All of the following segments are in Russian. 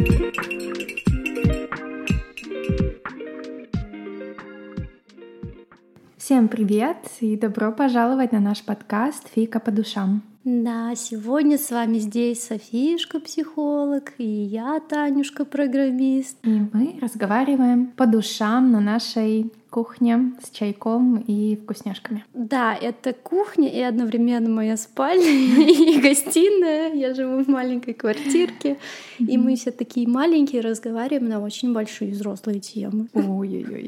Всем привет и добро пожаловать на наш подкаст «Фика по душам». Да, сегодня с вами здесь Софишка, психолог, и я, Танюшка, программист. И мы разговариваем по душам на нашей кухне с чайком и вкусняшками. Да, это кухня и одновременно моя спальня и гостиная. Я живу в маленькой квартирке, и мы все такие маленькие разговариваем на очень большие взрослые темы. Ой-ой-ой.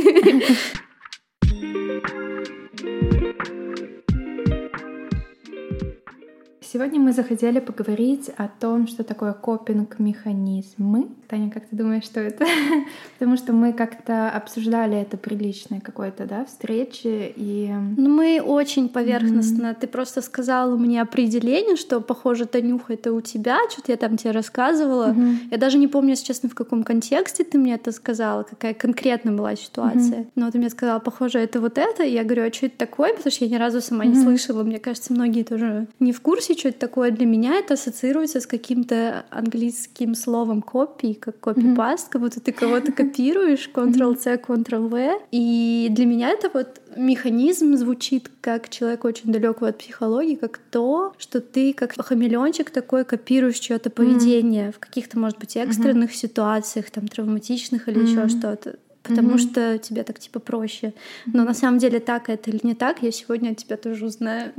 Сегодня мы захотели поговорить о том, что такое копинг-механизмы. Таня, как ты думаешь, что это? Потому что мы как-то обсуждали это при личной какой-то, да, встрече. И... Ну, мы очень поверхностно. Ты просто сказала мне определение, что, похоже, Танюха, это у тебя. Что-то я там тебе рассказывала. Я даже не помню, если честно, в каком контексте ты мне это сказала, какая конкретно была ситуация. Но ты мне сказала, похоже, это вот это. И я говорю, а что это такое? Потому что я ни разу сама не слышала. Мне кажется, многие тоже не в курсе, что это такое. Для меня это ассоциируется с каким-то английским словом copy, как copy-paste, как будто ты кого-то копируешь, Ctrl-C, Ctrl-V. И для меня это вот механизм звучит как человек очень далекого от психологии, как то, что ты как хамелеончик такой копируешь чьё-то поведение в каких-то, может быть, экстренных ситуациях, там, травматичных или еще что-то. Потому что тебе так типа проще. Но на самом деле так это или не так, я сегодня от тебя тоже узнаю.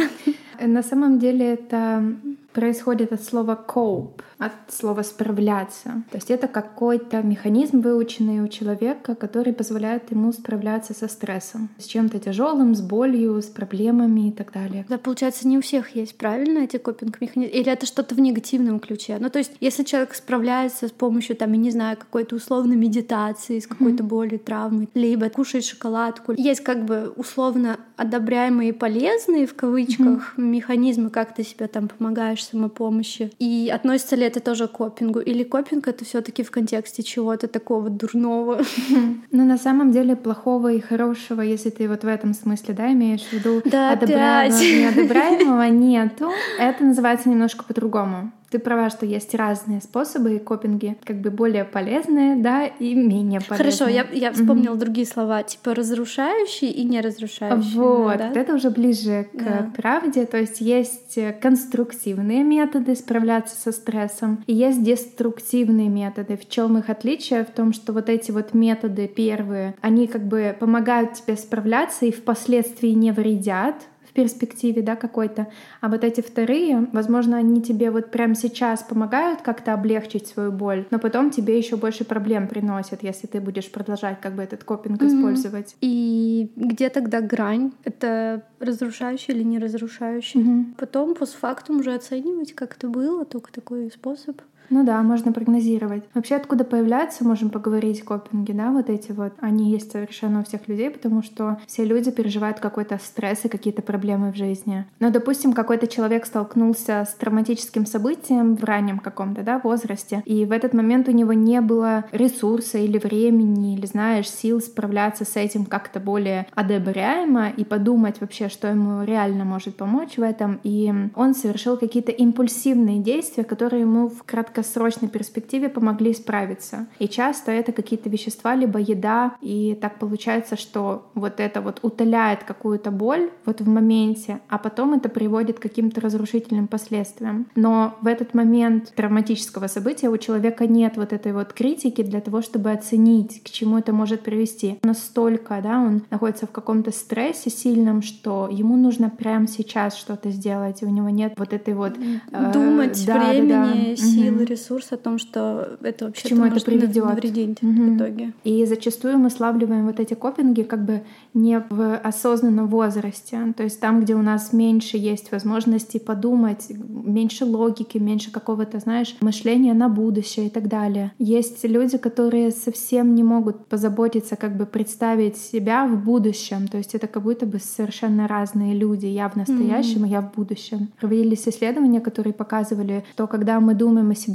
На самом деле это происходит от слова cope, от слова справляться. То есть это какой-то механизм, выученный у человека, который позволяет ему справляться со стрессом, с чем-то тяжелым, с болью, с проблемами и так далее. Да, получается, не у всех есть, правильно, эти копинг-механизмы? Или это что-то в негативном ключе? Ну, то есть, если человек справляется с помощью, там, я не знаю, какой-то условной медитации, с какой-то болью, травмой, либо кушает шоколадку, есть как бы условно одобряемые и полезные, в кавычках, механизмы, как ты себе там помогаешь самопомощи. И относится ли это тоже к копингу? Или копинг — это все таки в контексте чего-то такого дурного? Ну, на самом деле, плохого и хорошего, если ты вот в этом смысле, да, имеешь в виду, да, одобряемого и неодобряемого нету. Это называется немножко по-другому. Ты права, что есть разные способы, и копинги как бы более полезные, да, и менее полезные. Хорошо, я вспомнила другие слова, типа разрушающие и неразрушающие. Вот, да? Это уже ближе к правде. То есть есть конструктивные методы справляться со стрессом, и есть деструктивные методы. В чем их отличие? В том, что вот эти вот методы первые, они как бы помогают тебе справляться и впоследствии не вредят в перспективе, да, какой-то. А вот эти вторые, возможно, они тебе вот прямо сейчас помогают как-то облегчить свою боль, но потом тебе еще больше проблем приносят, если ты будешь продолжать как бы этот копинг использовать. И где тогда грань? Это разрушающий или не разрушающий? Потом постфактум уже оценивать, как это было, только такой способ. Ну да, можно прогнозировать. Вообще, откуда появляются, можем поговорить, копинги, да, вот эти вот. Они есть совершенно у всех людей, потому что все люди переживают какой-то стресс и какие-то проблемы в жизни. Но, допустим, какой-то человек столкнулся с травматическим событием в раннем каком-то, да, возрасте, и в этот момент у него не было ресурса или времени, или, знаешь, сил справляться с этим как-то более одобряемо и подумать вообще, что ему реально может помочь в этом. И он совершил какие-то импульсивные действия, которые ему в краткосрочной перспективе помогли справиться. И часто это какие-то вещества, либо еда, и так получается, что вот это вот утоляет какую-то боль вот в моменте, а потом это приводит к каким-то разрушительным последствиям. Но в этот момент травматического события у человека нет вот этой вот критики для того, чтобы оценить, к чему это может привести. Настолько, да, он находится в каком-то стрессе сильном, что ему нужно прямо сейчас что-то сделать, и у него нет вот этой вот... Думать, времени, сил, ресурс о том, что это вообще может навредить в итоге. И зачастую мы славливаем вот эти копинги как бы не в осознанном возрасте. То есть там, где у нас меньше есть возможности подумать, меньше логики, меньше какого-то, знаешь, мышления на будущее и так далее. Есть люди, которые совсем не могут позаботиться, как бы представить себя в будущем. То есть это как будто бы совершенно разные люди. Я в настоящем, и я в будущем. Проводились исследования, которые показывали, что когда мы думаем о себе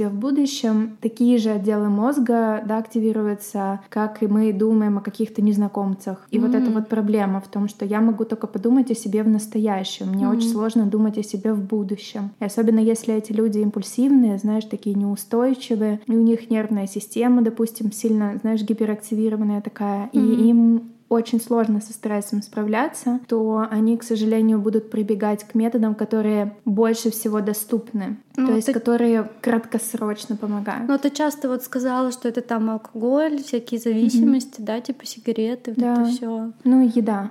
себе в будущем, такие же отделы мозга, да, активируются, как и мы думаем о каких-то незнакомцах. И вот эта вот проблема в том, что я могу только подумать о себе в настоящем. Мне очень сложно думать о себе в будущем. И особенно если эти люди импульсивные, знаешь, такие неустойчивые, и у них нервная система, допустим, сильно, знаешь, гиперактивированная такая, и им очень сложно со стрессом справляться, то они, к сожалению, будут прибегать к методам, которые больше всего доступны, то есть которые краткосрочно помогают. Но ты часто вот сказала, что это там алкоголь, всякие зависимости, да, типа сигареты, вот это все. Ну и еда.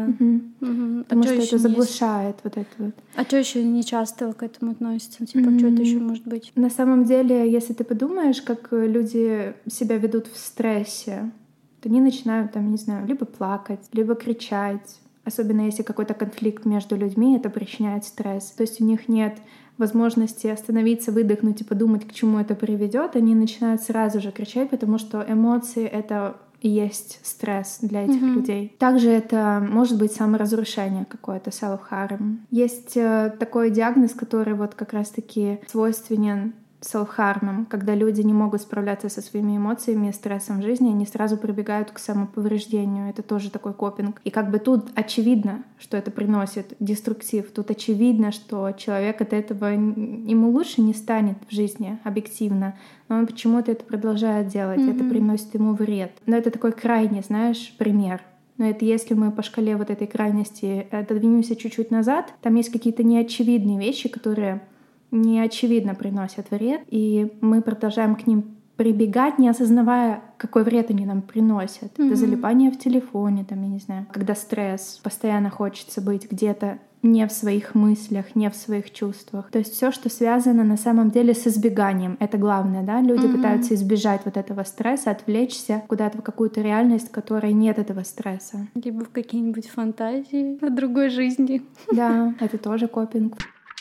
Потому что это заглушает вот это вот. А что еще не часто к этому относится? Типа, что это еще может быть? На самом деле, если ты подумаешь, как люди себя ведут в стрессе, они начинают, там, не знаю, либо плакать, либо кричать. Особенно если какой-то конфликт между людьми, это причиняет стресс. То есть у них нет возможности остановиться, выдохнуть и подумать, к чему это приведет. Они начинают сразу же кричать, потому что эмоции — это и есть стресс для этих людей. Также это может быть саморазрушение какое-то, self-harm. Есть такой диагноз, который вот как раз-таки свойственен self-harm, когда люди не могут справляться со своими эмоциями и стрессом в жизни, они сразу прибегают к самоповреждению. Это тоже такой копинг. И как бы тут очевидно, что это приносит деструктив. Тут очевидно, что человек от этого, ему лучше не станет в жизни объективно, но он почему-то это продолжает делать, это приносит ему вред. Но это такой крайний, знаешь, пример. Но это если мы по шкале вот этой крайности отодвинемся чуть-чуть назад, там есть какие-то неочевидные вещи, которые неочевидно приносят вред, и мы продолжаем к ним прибегать, не осознавая, какой вред они нам приносят. Это залипание в телефоне, там, я не знаю, когда стресс, постоянно хочется быть где-то не в своих мыслях, не в своих чувствах. То есть все, что связано на самом деле с избеганием, это главное, да? Люди пытаются избежать вот этого стресса, отвлечься куда-то в какую-то реальность, в которой нет этого стресса. Либо в какие-нибудь фантазии о другой жизни. Да, это тоже копинг.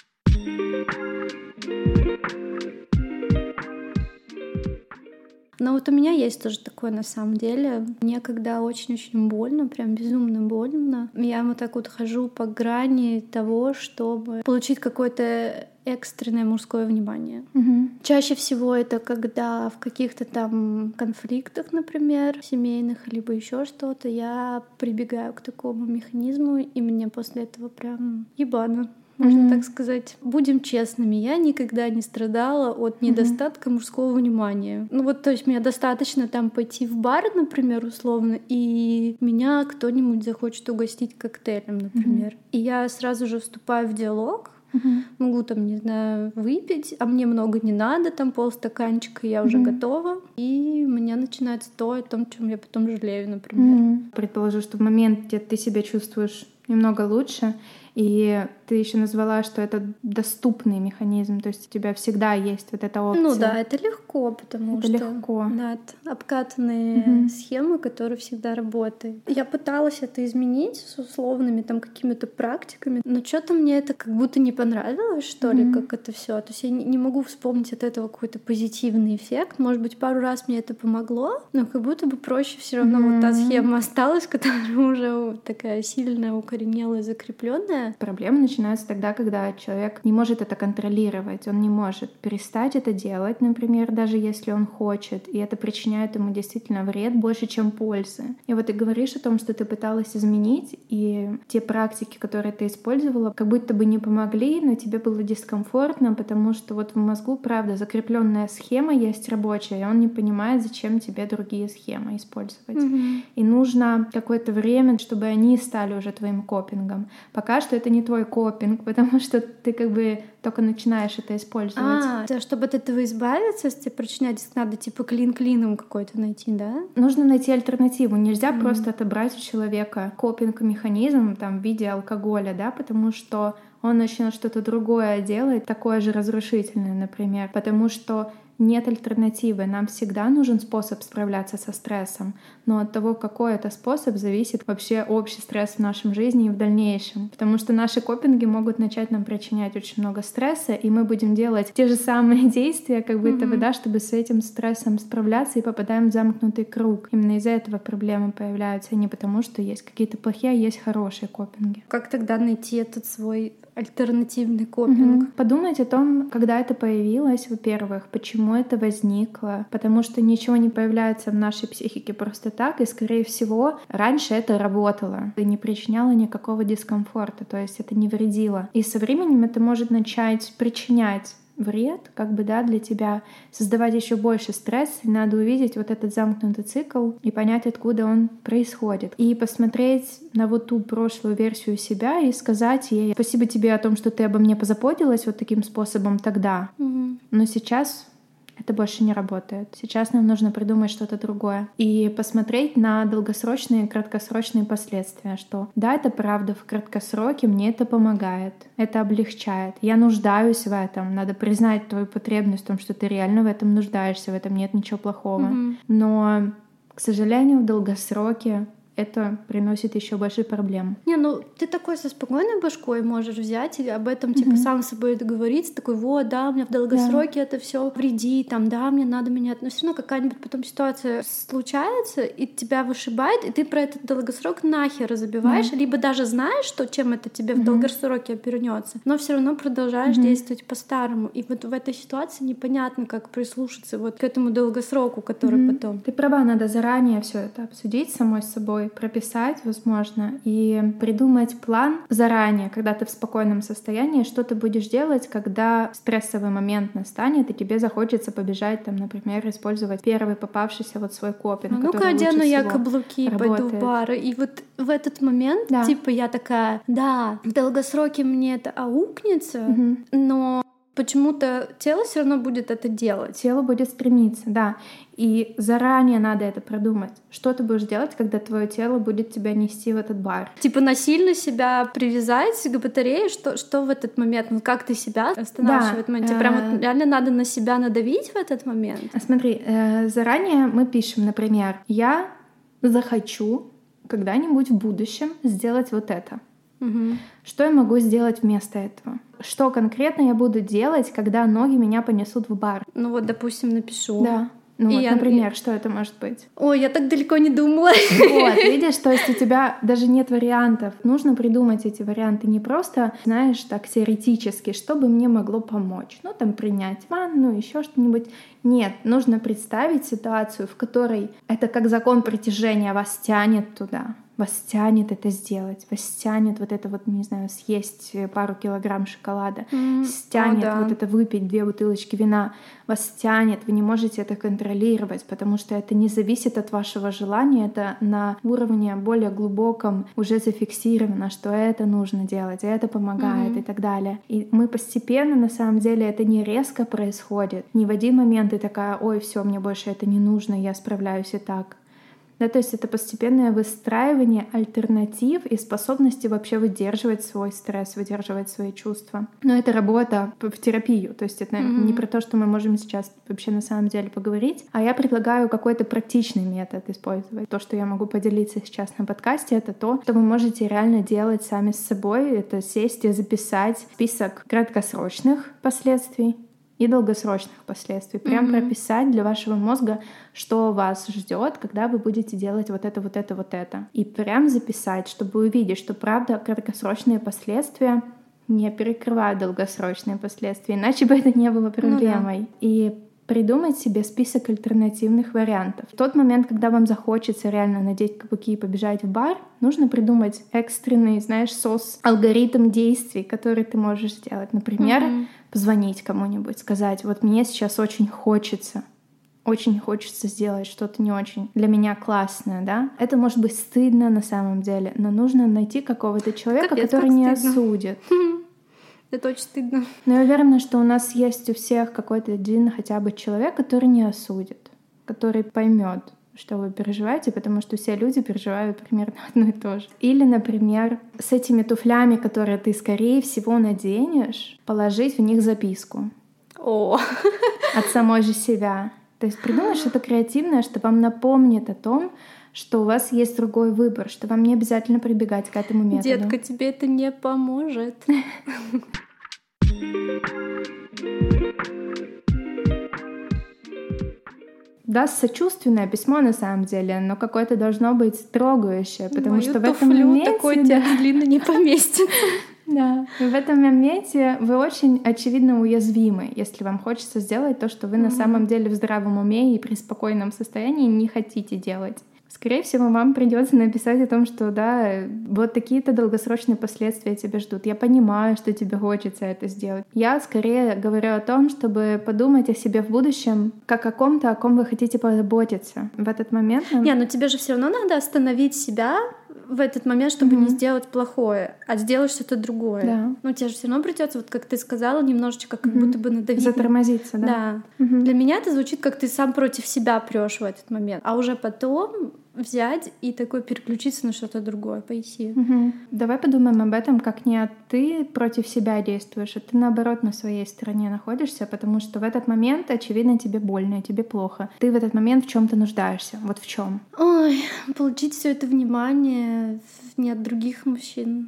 Но вот у меня есть тоже такое на самом деле. Мне когда очень-очень больно, прям безумно больно, я вот так вот хожу по грани того, чтобы получить какое-то экстренное мужское внимание. Чаще всего это когда в каких-то там конфликтах, например, семейных, либо еще что-то, я прибегаю к такому механизму, и мне после этого прям ебано. Можно так сказать. Будем честными, я никогда не страдала от недостатка мужского внимания. Ну вот, то есть мне достаточно там пойти в бар, например, условно, и меня кто-нибудь захочет угостить коктейлем, например. И я сразу же вступаю в диалог, могу там, не знаю, выпить, а мне много не надо, там полстаканчика, я уже готова. И у меня начинается то, о том, чем я потом жалею, например. Предположу, что в момент, где ты себя чувствуешь немного лучше, и ты еще назвала, что это доступный механизм, то есть у тебя всегда есть вот эта опция. Ну да, это легко, потому это что легко. Да, это обкатанные схемы, которые всегда работают. Я пыталась это изменить с условными там какими-то практиками, но что-то мне это как будто не понравилось, что ли, как это все. То есть я не могу вспомнить от этого какой-то позитивный эффект. Может быть, пару раз мне это помогло, но как будто бы проще все равно вот та схема осталась, которая уже такая сильная, укоренелая, закрепленная. Проблема начинается тогда, когда человек не может это контролировать, он не может перестать это делать, например, даже если он хочет, и это причиняет ему действительно вред больше, чем пользы. И вот ты говоришь о том, что ты пыталась изменить, и те практики, которые ты использовала, как будто бы не помогли, но тебе было дискомфортно, потому что вот в мозгу, правда, закрепленная схема есть рабочая, и он не понимает, зачем тебе другие схемы использовать. И нужно какое-то время, чтобы они стали уже твоим копингом. Пока что это не твой копинг, потому что ты как бы только начинаешь это использовать. Чтобы от этого избавиться, если причинять диск, надо типа клин клином какой-то найти, да? Нужно найти альтернативу. Нельзя просто отобрать у человека копинг-механизм там, в виде алкоголя, да, потому что он начнет что-то другое делать, такое же разрушительное, например, потому что нет альтернативы. Нам всегда нужен способ справляться со стрессом, но от того, какой это способ, зависит вообще общий стресс в нашем жизни и в дальнейшем. Потому что наши копинги могут начать нам причинять очень много стресса, и мы будем делать те же самые действия, как будто бы, да, чтобы с этим стрессом справляться, и попадаем в замкнутый круг. Именно из-за этого проблемы появляются, а не потому, что есть какие-то плохие, а есть хорошие копинги. Как тогда найти этот свой альтернативный копинг. Подумать о том, когда это появилось, во-первых, почему это возникло, потому что ничего не появляется в нашей психике просто так, и, скорее всего, раньше это работало и не причиняло никакого дискомфорта, то есть это не вредило. И со временем это может начать причинять вред, для тебя, создавать еще больше стресса, и надо увидеть вот этот замкнутый цикл и понять, откуда он происходит. И посмотреть на вот ту прошлую версию себя и сказать ей: спасибо тебе о том, что ты обо мне позаботилась вот таким способом тогда, но сейчас это больше не работает. Сейчас нам нужно придумать что-то другое. И посмотреть на долгосрочные и краткосрочные последствия, что да, это правда, в краткосроке мне это помогает, это облегчает. Я нуждаюсь в этом. Надо признать твою потребность в том, что ты реально в этом нуждаешься, в этом нет ничего плохого. Но, к сожалению, в долгосроке это приносит еще больше проблем. Ты такой со спокойной башкой можешь взять и об этом сам с собой договориться, такой: вот, да, у меня в долгосроке это все вредит, да, мне надо менять. Но все равно какая-нибудь потом ситуация случается, и тебя вышибает, и ты про этот долгосрок нахер забиваешь, либо даже знаешь, что чем это тебе в долгосроке обернется, но все равно продолжаешь действовать по-старому. И вот в этой ситуации непонятно, как прислушаться вот к этому долгосроку, который потом. Ты права, надо заранее все это обсудить самой с собой, прописать, возможно, и придумать план заранее, когда ты в спокойном состоянии, что ты будешь делать, когда стрессовый момент настанет, и тебе захочется побежать, например, использовать первый попавшийся свой копинг. Ну-ка, одену я каблуки, пойду в бар. И вот в этот момент, я такая: да, в долгосроке мне это аукнется, но почему-то тело все равно будет это делать. Тело будет стремиться, да. И заранее надо это продумать. Что ты будешь делать, когда твое тело будет тебя нести в этот бар? Насильно себя привязать к батарее, что в этот момент? Как ты себя останавливаешь в этот момент? Тебе прям реально надо на себя надавить в этот момент? Смотри, заранее мы пишем, например: я захочу когда-нибудь в будущем сделать вот это. Что я могу сделать вместо этого? Что конкретно я буду делать, когда ноги меня понесут в бар? Допустим, напишу. Да. Например, что это может быть? Ой, я так далеко не думала. Вот, видишь, то есть у тебя даже нет вариантов. Нужно придумать эти варианты не просто, знаешь, так теоретически, что бы мне могло помочь. Принять ванну, еще что-нибудь. Нет, нужно представить ситуацию, в которой это как закон притяжения вас тянет туда. Вас тянет это сделать, вас тянет съесть пару килограмм шоколада, тянет это выпить 2 бутылочки вина, вас тянет, вы не можете это контролировать, потому что это не зависит от вашего желания, это на уровне более глубоком уже зафиксировано, что это нужно делать, и это помогает и так далее. И мы постепенно, на самом деле, это не резко происходит. Не в один момент ты такая: ой, все, мне больше это не нужно, я справляюсь и так. Да, то есть это постепенное выстраивание альтернатив и способности вообще выдерживать свой стресс, выдерживать свои чувства. Но это работа в терапию, то есть это не про то, что мы можем сейчас вообще на самом деле поговорить, а я предлагаю какой-то практичный метод использовать. То, что я могу поделиться сейчас на подкасте, это то, что вы можете реально делать сами с собой, это сесть и записать список краткосрочных последствий и долгосрочных последствий. Прям прописать для вашего мозга, что вас ждет, когда вы будете делать вот это, вот это, вот это. И прям записать, чтобы увидеть, что правда краткосрочные последствия не перекрывают долгосрочные последствия, иначе бы это не было проблемой. И придумать себе список альтернативных вариантов. В тот момент, когда вам захочется реально надеть каблуки и побежать в бар, нужно придумать экстренный, алгоритм действий, который ты можешь сделать. Например, позвонить кому-нибудь, сказать: вот мне сейчас очень хочется сделать что-то не очень для меня классное, да? Это может быть стыдно на самом деле, но нужно найти какого-то человека, который не осудит. Это очень стыдно. Но я уверена, что у нас есть у всех какой-то один хотя бы человек, который не осудит, который поймет, что вы переживаете, потому что все люди переживают примерно одно и то же. Или, например, с этими туфлями, которые ты, скорее всего, наденешь, положить в них записку. От самой же себя. То есть придумать что-то креативное, что вам напомнит о том, что у вас есть другой выбор, что вам не обязательно прибегать к этому методу. Детка, тебе это не поможет. Да, сочувственное письмо на самом деле, но какое-то должно быть трогающее, потому мою что в этом моменте... такой текст длинный не поместится. Да. И в этом моменте вы очень очевидно уязвимы, если вам хочется сделать то, что вы на самом деле в здравом уме и при спокойном состоянии не хотите делать. Скорее всего, вам придется написать о том, что да, вот такие-то долгосрочные последствия тебя ждут. Я понимаю, что тебе хочется это сделать. Я скорее говорю о том, чтобы подумать о себе в будущем, как о ком-то, о ком вы хотите позаботиться. В этот момент... Но тебе же все равно надо остановить себя в этот момент, чтобы не сделать плохое, а сделать что-то другое. Да. Ну, тебе же все равно придется, вот как ты сказала, немножечко как будто бы надавить. Затормозиться, да. Для меня это звучит, как ты сам против себя прешь в этот момент, а уже потом взять и такой переключиться на что-то другое, пойти. Давай подумаем об этом, как не ты против себя действуешь, а ты, наоборот, на своей стороне находишься, потому что в этот момент, очевидно, тебе больно, тебе плохо. Ты в этот момент в чем-то нуждаешься. Вот в чем? Ой, получить все это внимание не от других мужчин.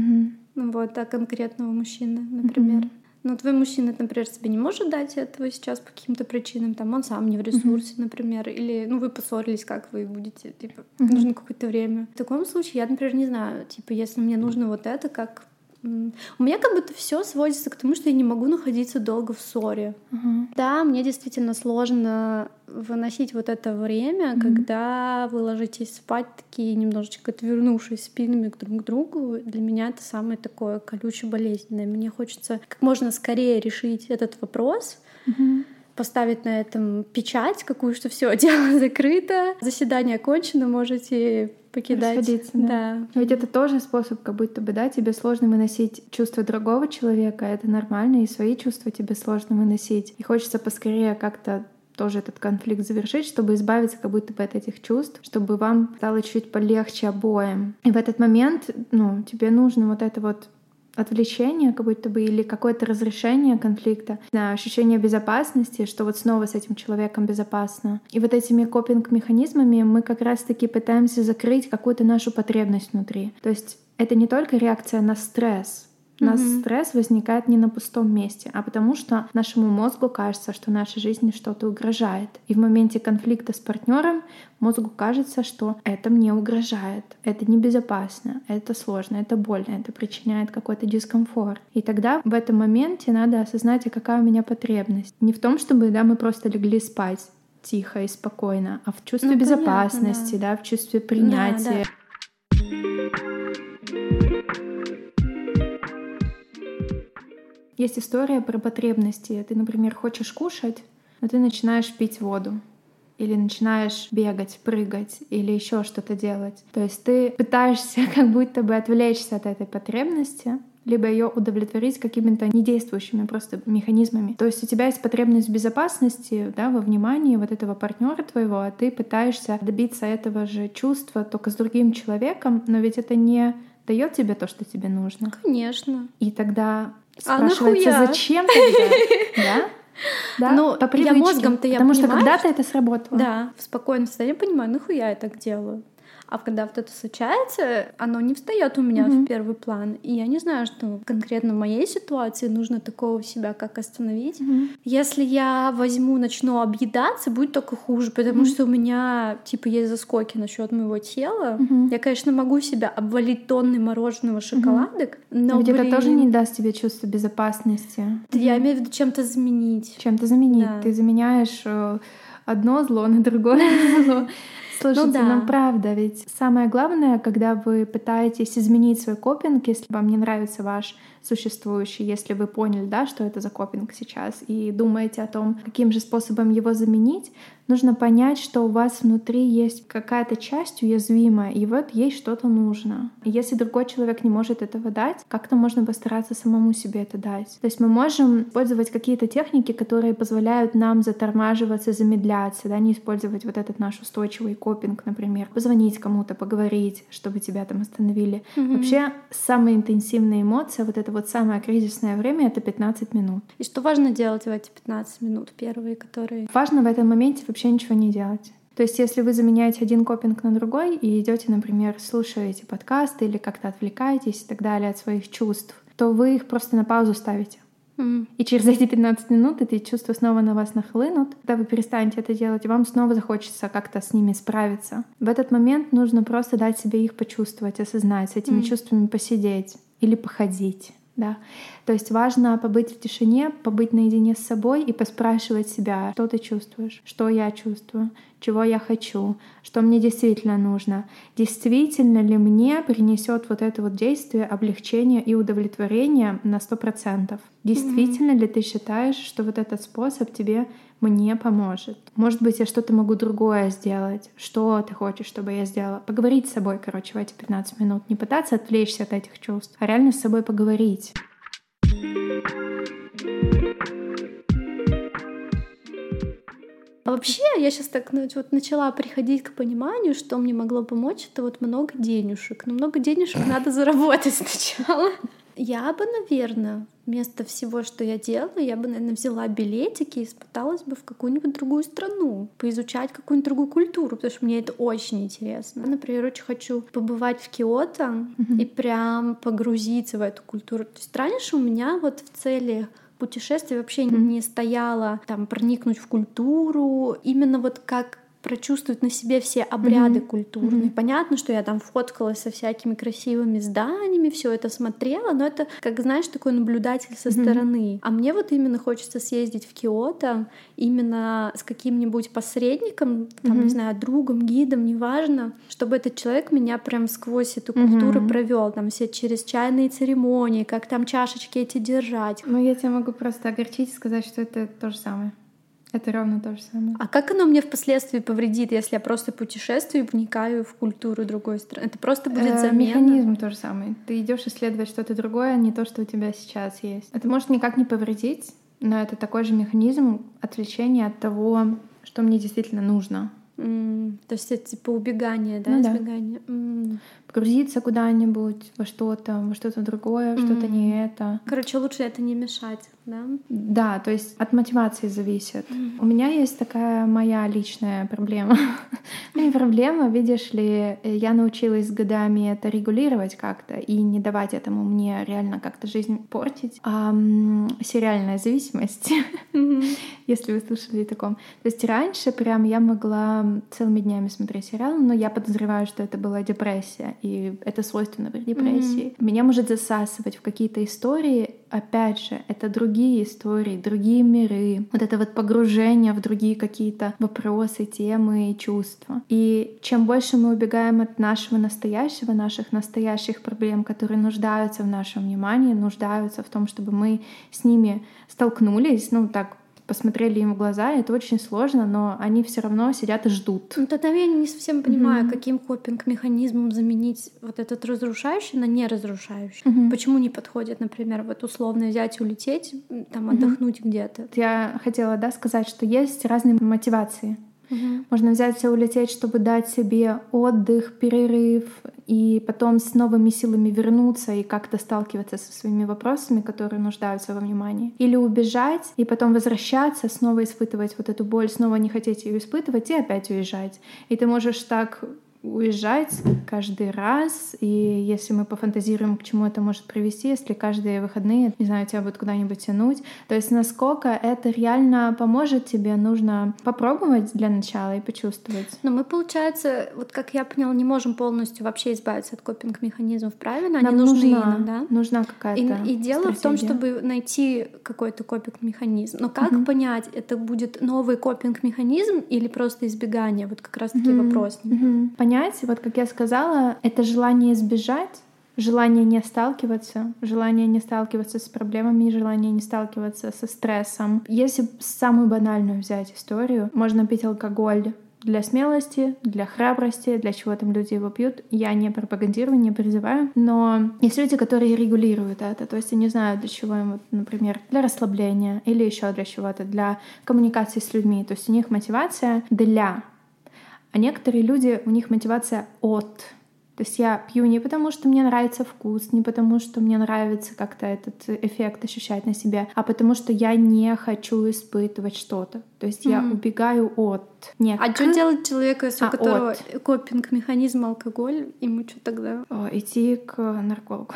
Вот, а конкретного мужчины, например. Но твой мужчина, например, тебе не может дать этого сейчас по каким-то причинам, там он сам не в ресурсе, например, или вы поссорились, как вы будете, нужно какое-то время. В таком случае я, например, не знаю, если мне нужно вот это, как... У меня как будто все сводится к тому, что я не могу находиться долго в ссоре. Да, мне действительно сложно выносить вот это время, когда вы ложитесь спать такие немножечко отвернувшись спинами друг к другу. Для меня это самое такое колюче-болезненное. Мне хочется как можно скорее решить этот вопрос, поставить на этом печать какую, что все, дело закрыто, заседание окончено, можете покидать. Расходиться, да. Ведь это тоже способ, как будто бы, да, тебе сложно выносить чувства другого человека, это нормально, и свои чувства тебе сложно выносить. И хочется поскорее как-то тоже этот конфликт завершить, чтобы избавиться как будто бы от этих чувств, чтобы вам стало чуть полегче обоим. И в этот момент, тебе нужно вот это вот отвлечение как будто бы или какое-то разрешение конфликта, ощущение безопасности, что вот снова с этим человеком безопасно. И вот этими копинг-механизмами мы как раз-таки пытаемся закрыть какую-то нашу потребность внутри. То есть это не только реакция на стресс. У нас стресс возникает не на пустом месте, а потому что нашему мозгу кажется, что нашей жизни что-то угрожает. И в моменте конфликта с партнером мозгу кажется, что это мне угрожает, это небезопасно, это сложно, это больно, это причиняет какой-то дискомфорт. И тогда в этом моменте надо осознать, а какая у меня потребность. Не в том, чтобы мы просто легли спать тихо и спокойно, а в чувстве безопасности, понятно, в чувстве принятия. Есть история про потребности. Ты, например, хочешь кушать, но ты начинаешь пить воду. Или начинаешь бегать, прыгать, или еще что-то делать. То есть ты пытаешься как будто бы отвлечься от этой потребности, либо ее удовлетворить какими-то недействующими просто механизмами. То есть у тебя есть потребность в безопасности, во внимании вот этого партнера твоего, а ты пытаешься добиться этого же чувства только с другим человеком, но ведь это не дает тебе то, что тебе нужно. Конечно. И тогда спрашивается, зачем тогда? Да, по привычке. Мозгом-то я потому понимаю, что когда-то это сработало. Да, в спокойном состоянии понимаю, нахуя я так делаю. А когда вот это случается, оно не встает у меня в первый план. И я не знаю, что конкретно в моей ситуации нужно такого себя как остановить. Если я начну объедаться, будет только хуже, потому что у меня есть заскоки насчет моего тела. Я, конечно, могу себя обвалить тонной мороженого, шоколадок, но ведь это тоже не даст тебе чувство безопасности. Я имею в виду чем-то заменить. Чем-то заменить. Да. Ты заменяешь одно зло на другое зло. Слушайте, правда, ведь самое главное, когда вы пытаетесь изменить свой копинг, если вам не нравится ваш существующий, если вы поняли, что это за копинг сейчас, и думаете о том, каким же способом его заменить, нужно понять, что у вас внутри есть какая-то часть уязвимая, и вот ей что-то нужно. И если другой человек не может этого дать, как-то можно постараться самому себе это дать. То есть мы можем использовать какие-то техники, которые позволяют нам затормаживаться, замедляться, не использовать вот этот наш устойчивый копинг, например, позвонить кому-то, поговорить, чтобы тебя там остановили. Вообще, самые интенсивные эмоции, вот это вот самое кризисное время — это 15 минут. И что важно делать в эти 15 минут первые, которые... Важно в этом моменте вообще ничего не делать. То есть если вы заменяете один копинг на другой и идете, например, слушаете подкасты или как-то отвлекаетесь и так далее от своих чувств, то вы их просто на паузу ставите. И через эти 15 минут эти чувства снова на вас нахлынут. Когда вы перестанете это делать, вам снова захочется как-то с ними справиться. В этот момент нужно просто дать себе их почувствовать, осознать, с этими чувствами посидеть. или походить. Да. То есть важно побыть в тишине, побыть наедине с собой и поспрашивать себя, что ты чувствуешь, что я чувствую, чего я хочу, что мне действительно нужно. Действительно ли мне принесет вот это вот действие облегчение и удовлетворение на 100%? Действительно ли ты считаешь, что вот этот способ тебе мне поможет? Может быть, я что-то могу другое сделать? Что ты хочешь, чтобы я сделала? Поговорить с собой, короче, в эти 15 минут. Не пытаться отвлечься от этих чувств, а реально с собой поговорить. А вообще, я сейчас так вот начала приходить к пониманию, что мне могло помочь, это вот много денежек. Но много денежек надо заработать сначала. Я бы, наверное, вместо всего, что я делаю, я бы, наверное, взяла билетики и спыталась бы в какую-нибудь другую страну, поизучать какую-нибудь другую культуру, потому что мне это очень интересно. Например, очень хочу побывать в Киото и прям погрузиться в эту культуру. То есть раньше у меня вот в цели путешествия вообще не стояло там проникнуть в культуру, именно вот как прочувствовать на себе все обряды культурные. Понятно, что я там фоткалась со всякими красивыми зданиями, все это смотрела, но это, как знаешь, такой наблюдатель со стороны. А мне вот именно хочется съездить в Киото именно с каким-нибудь посредником, там, не знаю, другом, гидом, неважно, чтобы этот человек меня прям сквозь эту культуру провел, там все через чайные церемонии, как там чашечки эти держать. Ну, я тебя могу просто огорчить и сказать, что это то же самое. Это ровно то же самое. А как оно мне впоследствии повредит, если я просто путешествую и вникаю в культуру другой страны? Это просто будет замена? Механизм то же самое. Ты идешь исследовать что-то другое, а не то, что у тебя сейчас есть. Это может никак не повредить, но это такой же механизм отвлечения от того, что мне действительно нужно. То есть это типа убегание, да, Ну, избегание. Погрузиться куда-нибудь во что-то другое, что-то не это. Короче, лучше это не мешать, да? Да, то есть от мотивации зависит. У меня есть такая моя личная проблема. Ну, не проблема, видишь ли, я научилась с годами это регулировать как-то и не давать этому мне реально как-то жизнь портить. Сериальная зависимость, если вы слышали о таком. То есть раньше прям я могла целыми днями смотреть сериал, но я подозреваю, что это была депрессия, и это свойственно при депрессии. Меня может засасывать в какие-то истории. Опять же, это другие истории, другие миры. Вот это вот погружение в другие какие-то вопросы, темы и чувства. И чем больше мы убегаем от нашего настоящего, наших настоящих проблем, которые нуждаются в нашем внимании, нуждаются в том, чтобы мы с ними столкнулись, ну так, посмотрели им в глаза, это очень сложно, но они все равно сидят и ждут. Ну, тогда я не совсем понимаю, каким копинг-механизмом заменить вот этот разрушающий на неразрушающий. Почему не подходит, например, вот условно взять и улететь, там отдохнуть где-то? Я хотела, сказать, что есть разные мотивации. Можно взять и улететь, чтобы дать себе отдых, перерыв, и потом с новыми силами вернуться и как-то сталкиваться со своими вопросами, которые нуждаются во внимании. Или убежать, и потом возвращаться, снова испытывать вот эту боль, снова не хотеть ее испытывать, и опять уезжать. И ты можешь так уезжать каждый раз, и если мы пофантазируем, к чему это может привести, если каждые выходные, не знаю, тебя будет куда-нибудь тянуть, то есть насколько это реально поможет тебе, нужно попробовать для начала и почувствовать. Но мы, получается, вот как я поняла, не можем полностью вообще избавиться от копинг-механизмов, правильно? Они Нам нужны нам, да? Нужна какая-то и дело в том, чтобы найти какой-то копинг-механизм. Но как понять, это будет новый копинг-механизм или просто избегание? Вот как раз-таки вопрос. Понять, вот как я сказала, это желание избежать, желание не сталкиваться с проблемами, желание не сталкиваться со стрессом. Если самую банальную взять историю, можно пить алкоголь для смелости, для храбрости, для чего там люди его пьют. Я не пропагандирую, не призываю, но есть люди, которые регулируют это, то есть они знают, для чего им, вот, например, для расслабления или еще для чего-то, для коммуникации с людьми, то есть у них мотивация для. А некоторые люди, у них мотивация от. То есть я пью не потому, что мне нравится вкус, не потому, что мне нравится как-то этот эффект ощущать на себе, а потому что я не хочу испытывать что-то. То есть я убегаю от. Не а что делать человеку, если у которого копинг-механизм алкоголь, ему что тогда? Идти к наркологу.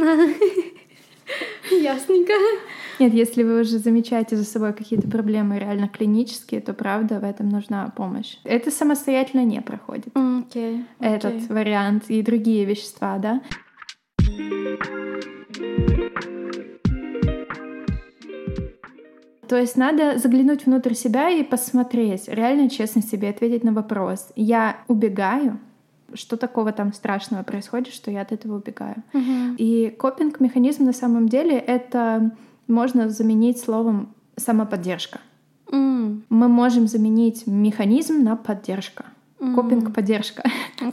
Ясненько. Нет, если вы уже замечаете за собой какие-то проблемы реально клинические, то правда в этом нужна помощь. Это самостоятельно не проходит. Этот вариант и другие вещества, да. То есть надо заглянуть внутрь себя и посмотреть, реально честно себе ответить на вопрос. Я убегаю? Что такого там страшного происходит, что я от этого убегаю? И копинг-механизм на самом деле это можно заменить словом самоподдержка. Мы можем заменить механизм на поддержка. Копинг-поддержка.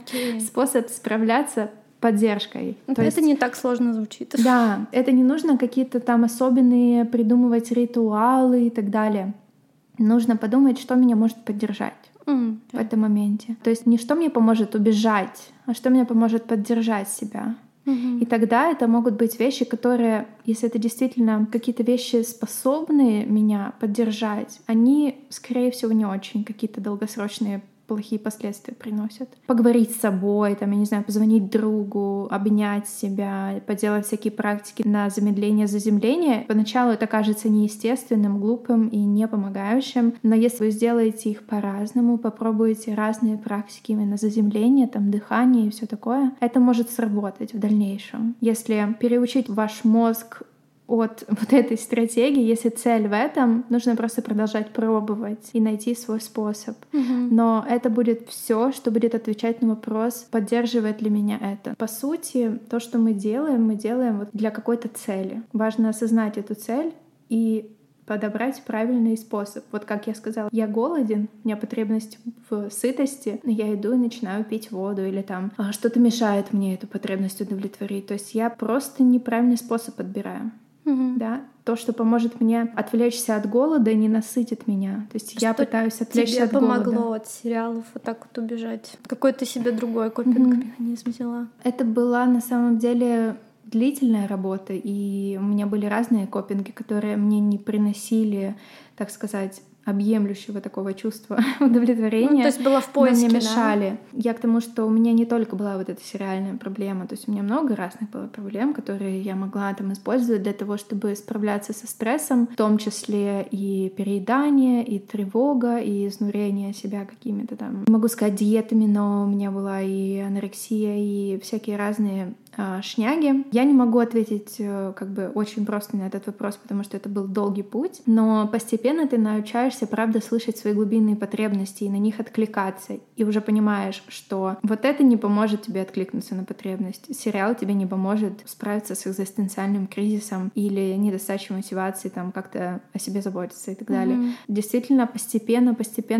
Способ справляться поддержкой. То это не так сложно звучит. Да, это не нужно какие-то там особенные придумывать ритуалы и так далее. Нужно подумать, что меня может поддержать в этом моменте. То есть не что мне поможет убежать, а что мне поможет поддержать себя. И тогда это могут быть вещи, которые, если это действительно какие-то вещи, способные меня поддержать, они, скорее всего, не очень какие-то долгосрочные плохие последствия приносят. Поговорить с собой, там, я не знаю, позвонить другу, обнять себя, поделать всякие практики на замедление, заземление. Поначалу это кажется неестественным, глупым и не помогающим, но если вы сделаете их по-разному, попробуете разные практики именно заземления, там, дыхание и все такое, это может сработать в дальнейшем. Если переучить ваш мозг от вот этой стратегии, если цель в этом, нужно просто продолжать пробовать и найти свой способ. Но это будет все, что будет отвечать на вопрос, поддерживает ли меня это. По сути, то, что мы делаем вот для какой-то цели. Важно осознать эту цель и подобрать правильный способ. Вот как я сказала, я голоден, у меня потребность в сытости, но я иду и начинаю пить воду, или там что-то мешает мне эту потребность удовлетворить. То есть я просто неправильный способ подбираю. Да, то, что поможет мне отвлечься от голода, не насытит меня. То есть я пытаюсь отвлечься от голода. Тебе помогло от сериалов вот так вот убежать? Какой ты себе другой копинг-механизм взяла? Это была на самом деле длительная работа, и у меня были разные копинги, которые мне не приносили, так сказать, объемлющего такого чувства удовлетворения. То есть была в поиске, но мне мешали. Да? Я к тому, что у меня не только была вот эта сериальная проблема, то есть у меня много разных было проблем, которые я могла там использовать для того, чтобы справляться со стрессом, в том числе и переедание, и тревога, и изнурение себя какими-то там, не могу сказать диетами, но у меня была и анорексия, и всякие разные шняги. Я не могу ответить как бы очень просто на этот вопрос, потому что это был долгий путь, но постепенно ты научаешься, правда, слышать свои глубинные потребности и на них откликаться, и уже понимаешь, что вот это не поможет тебе откликнуться на потребность. Сериал тебе не поможет справиться с экзистенциальным кризисом или недостачей мотивации, там как-то о себе заботиться и так далее. Действительно, постепенно,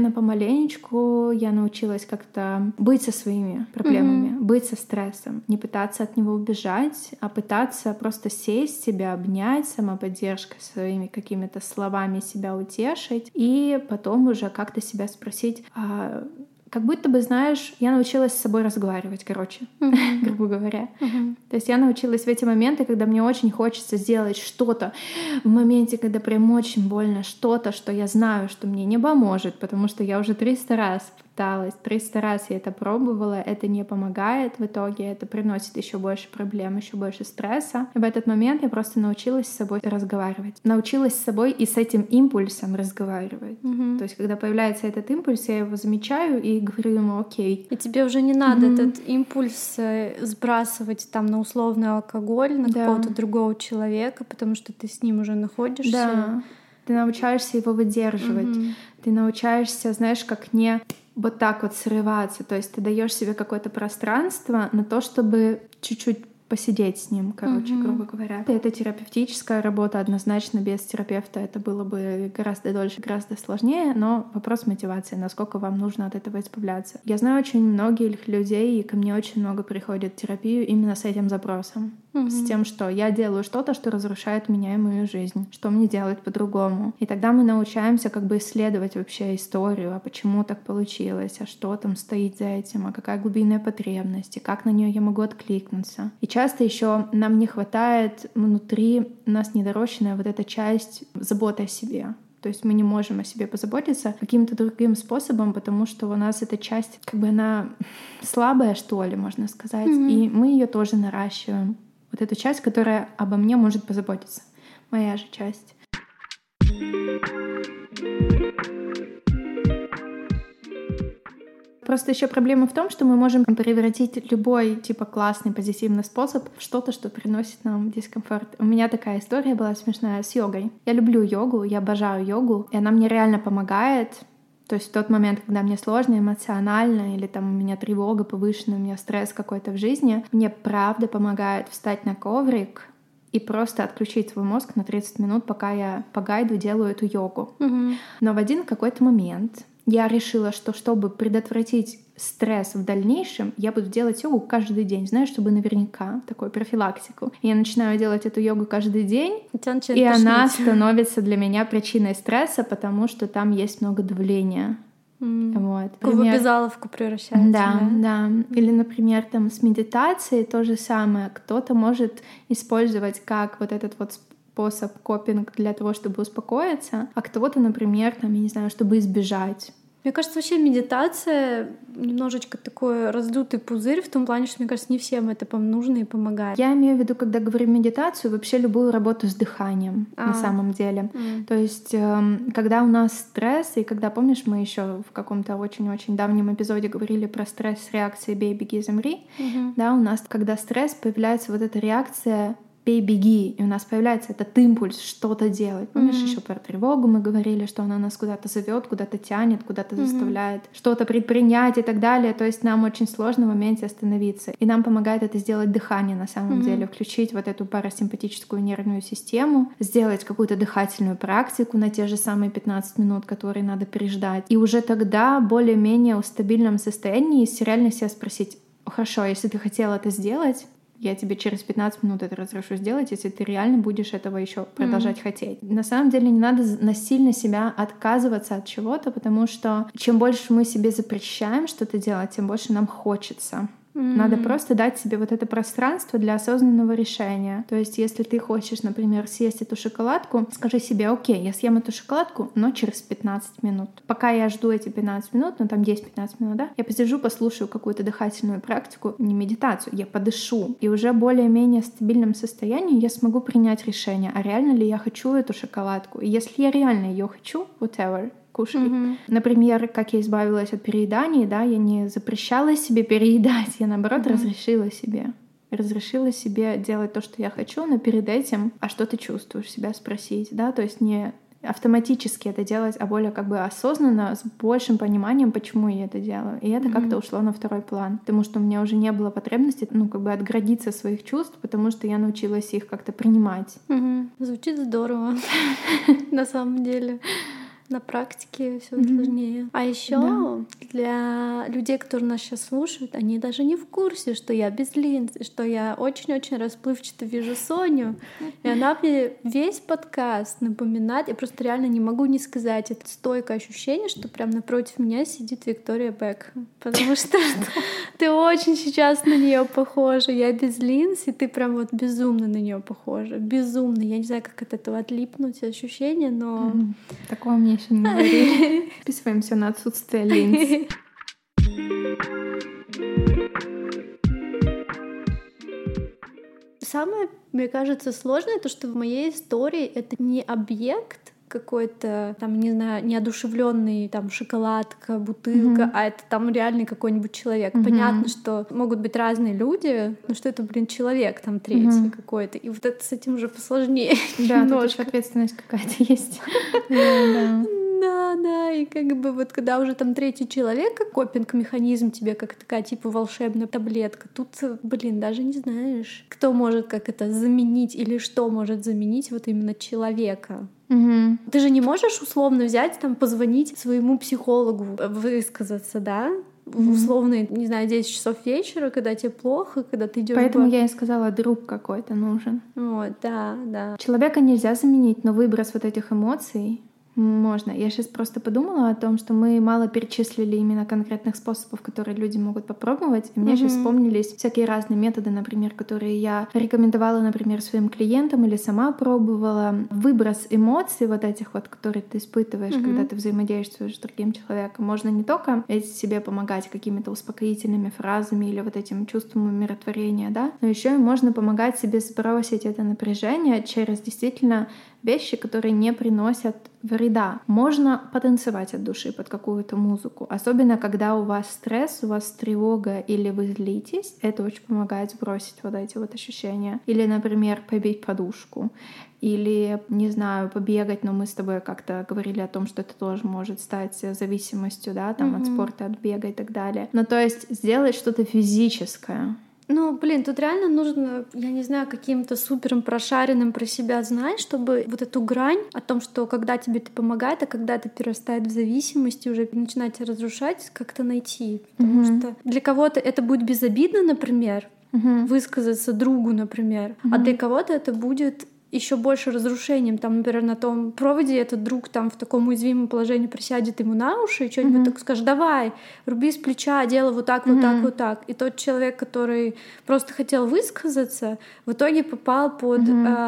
помаленечку я научилась как-то быть со своими проблемами, быть со стрессом, не пытаться от него убежать, а пытаться просто сесть, себя обнять, самоподдержкой, своими какими-то словами себя утешить, и потом уже как-то себя спросить, как будто бы, знаешь, я научилась с собой разговаривать, грубо говоря. То есть я научилась в эти моменты, когда мне очень хочется сделать что-то, в моменте, когда прям очень больно, что-то, что я знаю, что мне не поможет, потому что я уже 300 раз пыталась, 300 раз я это пробовала, это не помогает в итоге, это приносит еще больше проблем, еще больше стресса. И в этот момент я просто научилась с собой разговаривать. Научилась с собой и с этим импульсом разговаривать. То есть когда появляется этот импульс, я его замечаю и говорю ему окей. И тебе уже не надо этот импульс сбрасывать там на условный алкоголь, на какого-то другого человека, потому что ты с ним уже находишься. Да. Ты научаешься его выдерживать. Ты научаешься, знаешь, как не вот так вот срываться. То есть ты даешь себе какое-то пространство на то, чтобы чуть-чуть посидеть с ним, грубо говоря. Это терапевтическая работа, однозначно без терапевта это было бы гораздо дольше, гораздо сложнее, но вопрос мотивации, насколько вам нужно от этого избавляться. Я знаю очень многих людей, и ко мне очень много приходит в терапию именно с этим запросом. С тем, что я делаю что-то, что разрушает меня и мою жизнь, что мне делать по-другому. И тогда мы научаемся как бы исследовать вообще историю, а почему так получилось, а что там стоит за этим, а какая глубинная потребность, и как на нее я могу откликнуться. И часто еще нам не хватает внутри, у нас недорощенная вот эта часть заботы о себе. То есть мы не можем о себе позаботиться каким-то другим способом, потому что у нас эта часть, как бы она слабая, что ли, можно сказать, и мы ее тоже наращиваем. Вот эту часть, которая обо мне может позаботиться. Моя же часть. Просто еще проблема в том, что мы можем превратить любой типа классный позитивный способ в что-то, что приносит нам дискомфорт. У меня такая история была смешная с йогой. Я люблю йогу, я обожаю йогу, и она мне реально помогает. То есть в тот момент, когда мне сложно эмоционально, или там у меня тревога повышенная, у меня стресс какой-то в жизни, мне правда помогает встать на коврик и просто отключить свой мозг на 30 минут, пока я по гайду делаю эту йогу. Но в один какой-то момент я решила, что чтобы предотвратить стресс в дальнейшем, я буду делать йогу каждый день, знаешь, чтобы наверняка, такую профилактику. И я начинаю делать эту йогу каждый день, и она становится для меня причиной стресса, потому что там есть много давления. Вот. В обязаловку превращается. Да. Или, например, там с медитацией то же самое. Кто-то может использовать как вот этот вот способ копинг для того, чтобы успокоиться, а кто-то, например, там, я не знаю, чтобы избежать. Мне кажется, вообще медитация немножечко такой раздутый пузырь в том плане, что, мне кажется, не всем это нужно и помогает. Я имею в виду, когда говорю медитацию, вообще любую работу с дыханием на самом деле. То есть, когда у нас стресс, и когда, помнишь, мы еще в каком-то очень-очень давнем эпизоде говорили про стресс с реакцией «бей, беги, замри», да, у нас, когда стресс, появляется вот эта реакция «бей, беги», и у нас появляется этот импульс что-то делать. Помнишь, еще про тревогу мы говорили, что она нас куда-то зовет, куда-то тянет, куда-то заставляет что-то предпринять и так далее. То есть нам очень сложно в моменте остановиться. И нам помогает это сделать дыхание на самом деле, включить вот эту парасимпатическую нервную систему, сделать какую-то дыхательную практику на те же самые 15 минут, которые надо переждать. И уже тогда более-менее в стабильном состоянии реально себя спросить: хорошо, если ты хотел это сделать, я тебе через 15 минут это разрешу сделать, если ты реально будешь этого еще продолжать хотеть. На самом деле не надо насильно себя отказываться от чего-то, потому что чем больше мы себе запрещаем что-то делать, тем больше нам хочется. Надо просто дать себе вот это пространство для осознанного решения. То есть, если ты хочешь, например, съесть эту шоколадку, скажи себе: окей, я съем эту шоколадку, но через 15 минут. Пока я жду эти 15 минут, ну там 10-15 минут, да, я посижу, послушаю какую-то дыхательную практику, не медитацию, я подышу. И уже более-менее в стабильном состоянии я смогу принять решение, а реально ли я хочу эту шоколадку. И если я реально ее хочу, whatever, кушай. Например, как я избавилась от перееданий, да, я не запрещала себе переедать, я наоборот разрешила себе делать то, что я хочу, но перед этим: а что ты чувствуешь, себя спросить, да, то есть не автоматически это делать, а более как бы осознанно, с большим пониманием, почему я это делаю. И это как-то ушло на второй план, потому что у меня уже не было потребности, как бы отградиться от своих чувств, потому что я научилась их как-то принимать. Звучит здорово, на самом деле. На практике все сложнее. А еще для людей, которые нас сейчас слушают, они даже не в курсе, что я без линз, и что я очень-очень расплывчато вижу Соню. И она мне весь подкаст напоминает. Я просто реально не могу не сказать. Это стойкое ощущение, что прям напротив меня сидит Виктория Бекхэм. Потому что ты очень сейчас на нее похожа. Я без линз, и ты прям вот безумно на нее похожа. Безумно. Я не знаю, как от этого отлипнуть ощущение, но... Такое мне еще не говорили. Списываемся на отсутствие линз. Самое, мне кажется, сложное то, что в моей истории это не объект какой-то, там, не знаю, неодушевленный, там, шоколадка, бутылка, а это там реальный какой-нибудь человек. Понятно, что могут быть разные люди, но что это, человек там третий какой-то. И вот это с этим уже посложнее. Да, тут еще ответственность какая-то есть. Да, и как бы вот когда уже там третий человек, как копинг-механизм тебе, как такая типа волшебная таблетка, тут, даже не знаешь, кто может как это заменить или что может заменить вот именно человека. Ты же не можешь условно взять, там, позвонить своему психологу, высказаться, да? В условные, не знаю, 10 часов вечера, когда тебе плохо, когда ты идешь. Поэтому я и сказала, друг какой-то нужен. Вот, да. Человека нельзя заменить, но выброс вот этих эмоций можно. Я сейчас просто подумала о том, что мы мало перечислили именно конкретных способов, которые люди могут попробовать. И мне сейчас вспомнились всякие разные методы, например, которые я рекомендовала, например, своим клиентам или сама пробовала. Выброс эмоций вот этих вот, которые ты испытываешь, когда ты взаимодействуешь с другим человеком. Можно не только себе помогать какими-то успокоительными фразами или вот этим чувством умиротворения, да, но еще и можно помогать себе сбросить это напряжение через действительно вещи, которые не приносят вреда. Можно потанцевать от души под какую-то музыку, особенно когда у вас стресс, у вас тревога или вы злитесь, это очень помогает сбросить вот эти вот ощущения. Или, например, побить подушку, или, не знаю, побегать, но мы с тобой как-то говорили о том, что это тоже может стать зависимостью, да, там от спорта, от бега и так далее. Ну, то есть сделать что-то физическое. Ну, блин, тут реально нужно, я не знаю, каким-то супером прошаренным про себя знать, чтобы вот эту грань о том, что когда тебе это помогает, а когда это перерастает в зависимость и уже начинать разрушать, как-то найти. Потому что для кого-то это будет безобидно, например, высказаться другу, например, а для кого-то это будет еще больше разрушением. Там, например, на том проводе этот друг там в таком уязвимом положении присядет ему на уши и что-нибудь так скажет: давай, руби с плеча, делай вот так, вот так, вот так. И тот человек, который просто хотел высказаться, в итоге попал под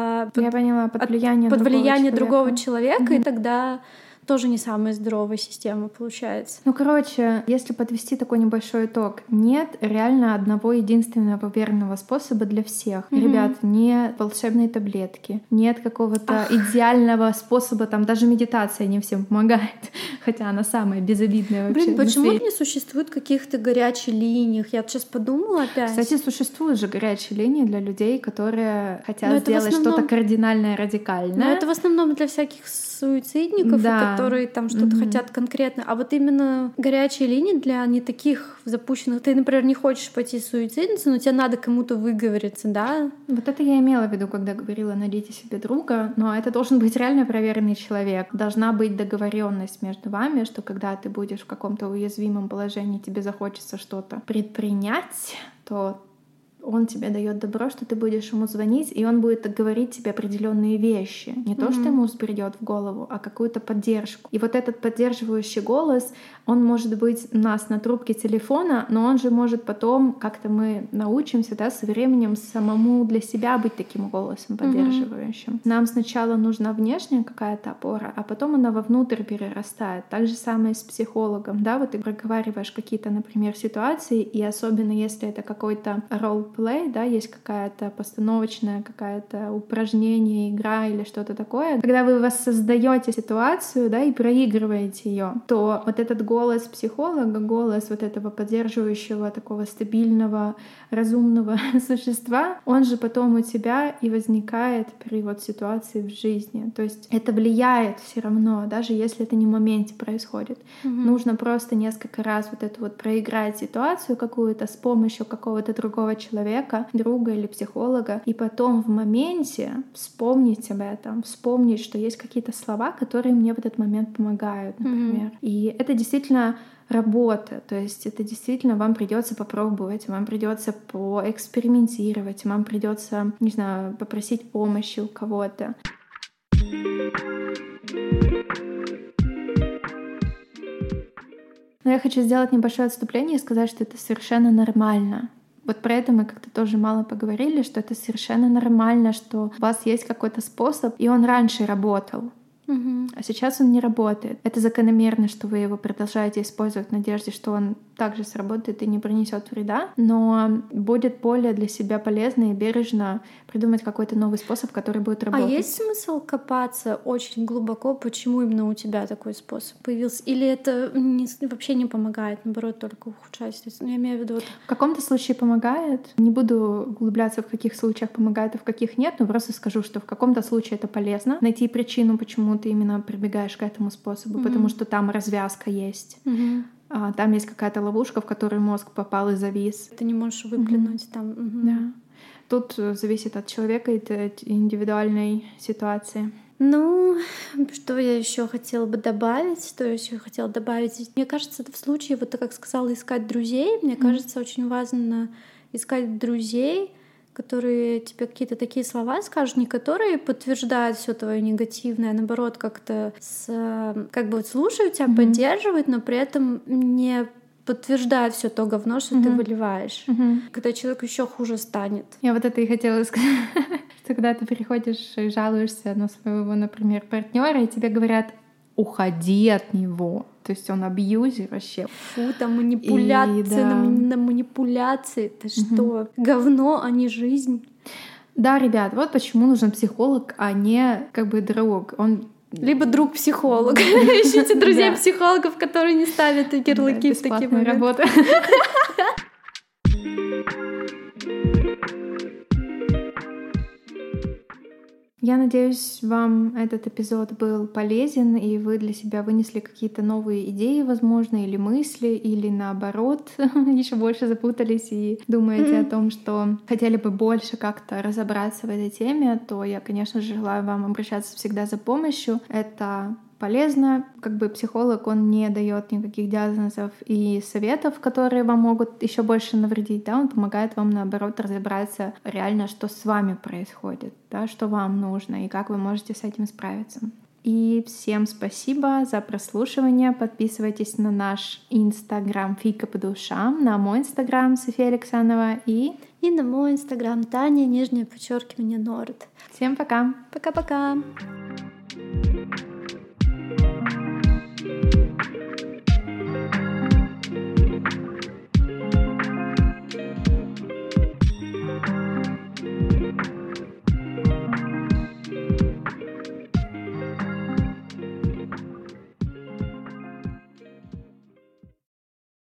влияние другого человека, и тогда тоже не самая здоровая система получается. Ну, короче, если подвести такой небольшой итог, нет реально одного единственного верного способа для всех. Ребят, нет волшебной таблетки, нет какого-то идеального способа, там даже медитация не всем помогает, хотя она самая безобидная вообще. Блин, почему не существует каких-то горячих линий? Я сейчас подумала опять. Кстати, существуют же горячие линии для людей, которые хотят сделать что-то кардинальное, радикальное. Но это в основном для всяких суицидников, которые там что-то хотят конкретно. А вот именно горячие линии для не таких запущенных. Ты, например, не хочешь пойти суицидиться, но тебе надо кому-то выговориться, да? Вот это я имела в виду, когда говорила: найдите себе друга. Но это должен быть реально проверенный человек. Должна быть договоренность между вами, что когда ты будешь в каком-то уязвимом положении, тебе захочется что-то предпринять, то он тебе дает добро, что ты будешь ему звонить, и он будет говорить тебе определенные вещи. Не то, что ему взбредет в голову, а какую-то поддержку. И вот этот поддерживающий голос, он может быть у нас на трубке телефона, но он же может потом, как-то мы научимся, да, со временем самому для себя быть таким голосом поддерживающим. Нам сначала нужна внешняя какая-то опора, а потом она вовнутрь перерастает. Так же самое с психологом, да, вот ты проговариваешь какие-то, например, ситуации, и особенно если это какой-то ролл-плей, да, есть какая-то постановочная, какая-то упражнение, игра или что-то такое. Когда вы воссоздаете ситуацию, да, и проигрываете ее, то вот этот голос психолога, голос вот этого поддерживающего, такого стабильного, разумного существа, он же потом у тебя и возникает при вот ситуации в жизни. То есть это влияет все равно, даже если это не в моменте происходит. Нужно просто несколько раз вот эту вот проиграть ситуацию какую-то с помощью какого-то другого человека, друга или психолога, и потом в моменте вспомнить об этом, вспомнить, что есть какие-то слова, которые мне в этот момент помогают, например. И это действительно работа, то есть это действительно вам придется попробовать, вам придется поэкспериментировать, вам придется, не знаю, попросить помощи у кого-то. Но я хочу сделать небольшое отступление и сказать, что это совершенно нормально. Вот про это мы как-то тоже мало поговорили, что это совершенно нормально, что у вас есть какой-то способ, и он раньше работал. А сейчас он не работает. Это закономерно, что вы его продолжаете использовать в надежде, что он также сработает и не принесет вреда, но будет более для себя полезно и бережно придумать какой-то новый способ, который будет работать. А есть смысл копаться очень глубоко, почему именно у тебя такой способ появился? Или это вообще не помогает, наоборот, только ухудшает ситуацию? Я имею в виду... В каком-то случае помогает. Не буду углубляться, в каких случаях помогает, а в каких нет, но просто скажу, что в каком-то случае это полезно. Найти причину, почему ты именно прибегаешь к этому способу, потому что там развязка есть. Там есть какая-то ловушка, в которую мозг попал и завис. Ты не можешь выплюнуть там. Да. Тут зависит от человека и от индивидуальной ситуации. Ну, что я еще хотела бы добавить? Мне кажется, это в случае, вот ты как сказала, искать друзей. Мне кажется, очень важно искать друзей, которые тебе какие-то такие слова скажут, не которые подтверждают все твое негативное, а наоборот, как-то как бы вот слушают тебя, поддерживают, но при этом не подтверждает все то говно, что ты выливаешь. Когда человеку еще хуже станет. Я вот это и хотела сказать. Когда ты приходишь и жалуешься на своего, например, партнера, и тебе говорят: уходи от него. То есть он абьюзер вообще. Фу, там манипуляции, на манипуляции. Это что? Говно, а не жизнь. Да, ребят, вот почему нужен психолог, а не как бы друг. Он либо друг-психолог. Ищите друзей-психологов, которые не ставят ярлыки в такие моменты. Я надеюсь, вам этот эпизод был полезен, и вы для себя вынесли какие-то новые идеи, возможно, или мысли, или наоборот, еще больше запутались и думаете о том, что хотели бы больше как-то разобраться в этой теме, то я, конечно же, желаю вам обращаться всегда за помощью. Это полезно. Как бы психолог, он не дает никаких диагнозов и советов, которые вам могут еще больше навредить, да, он помогает вам, наоборот, разобраться реально, что с вами происходит, да, что вам нужно и как вы можете с этим справиться. И всем спасибо за прослушивание. Подписывайтесь на наш Инстаграм Фика по душам, на мой Инстаграм София Александрова и на мой Инстаграм Таня, _Норд. Всем пока! Пока-пока!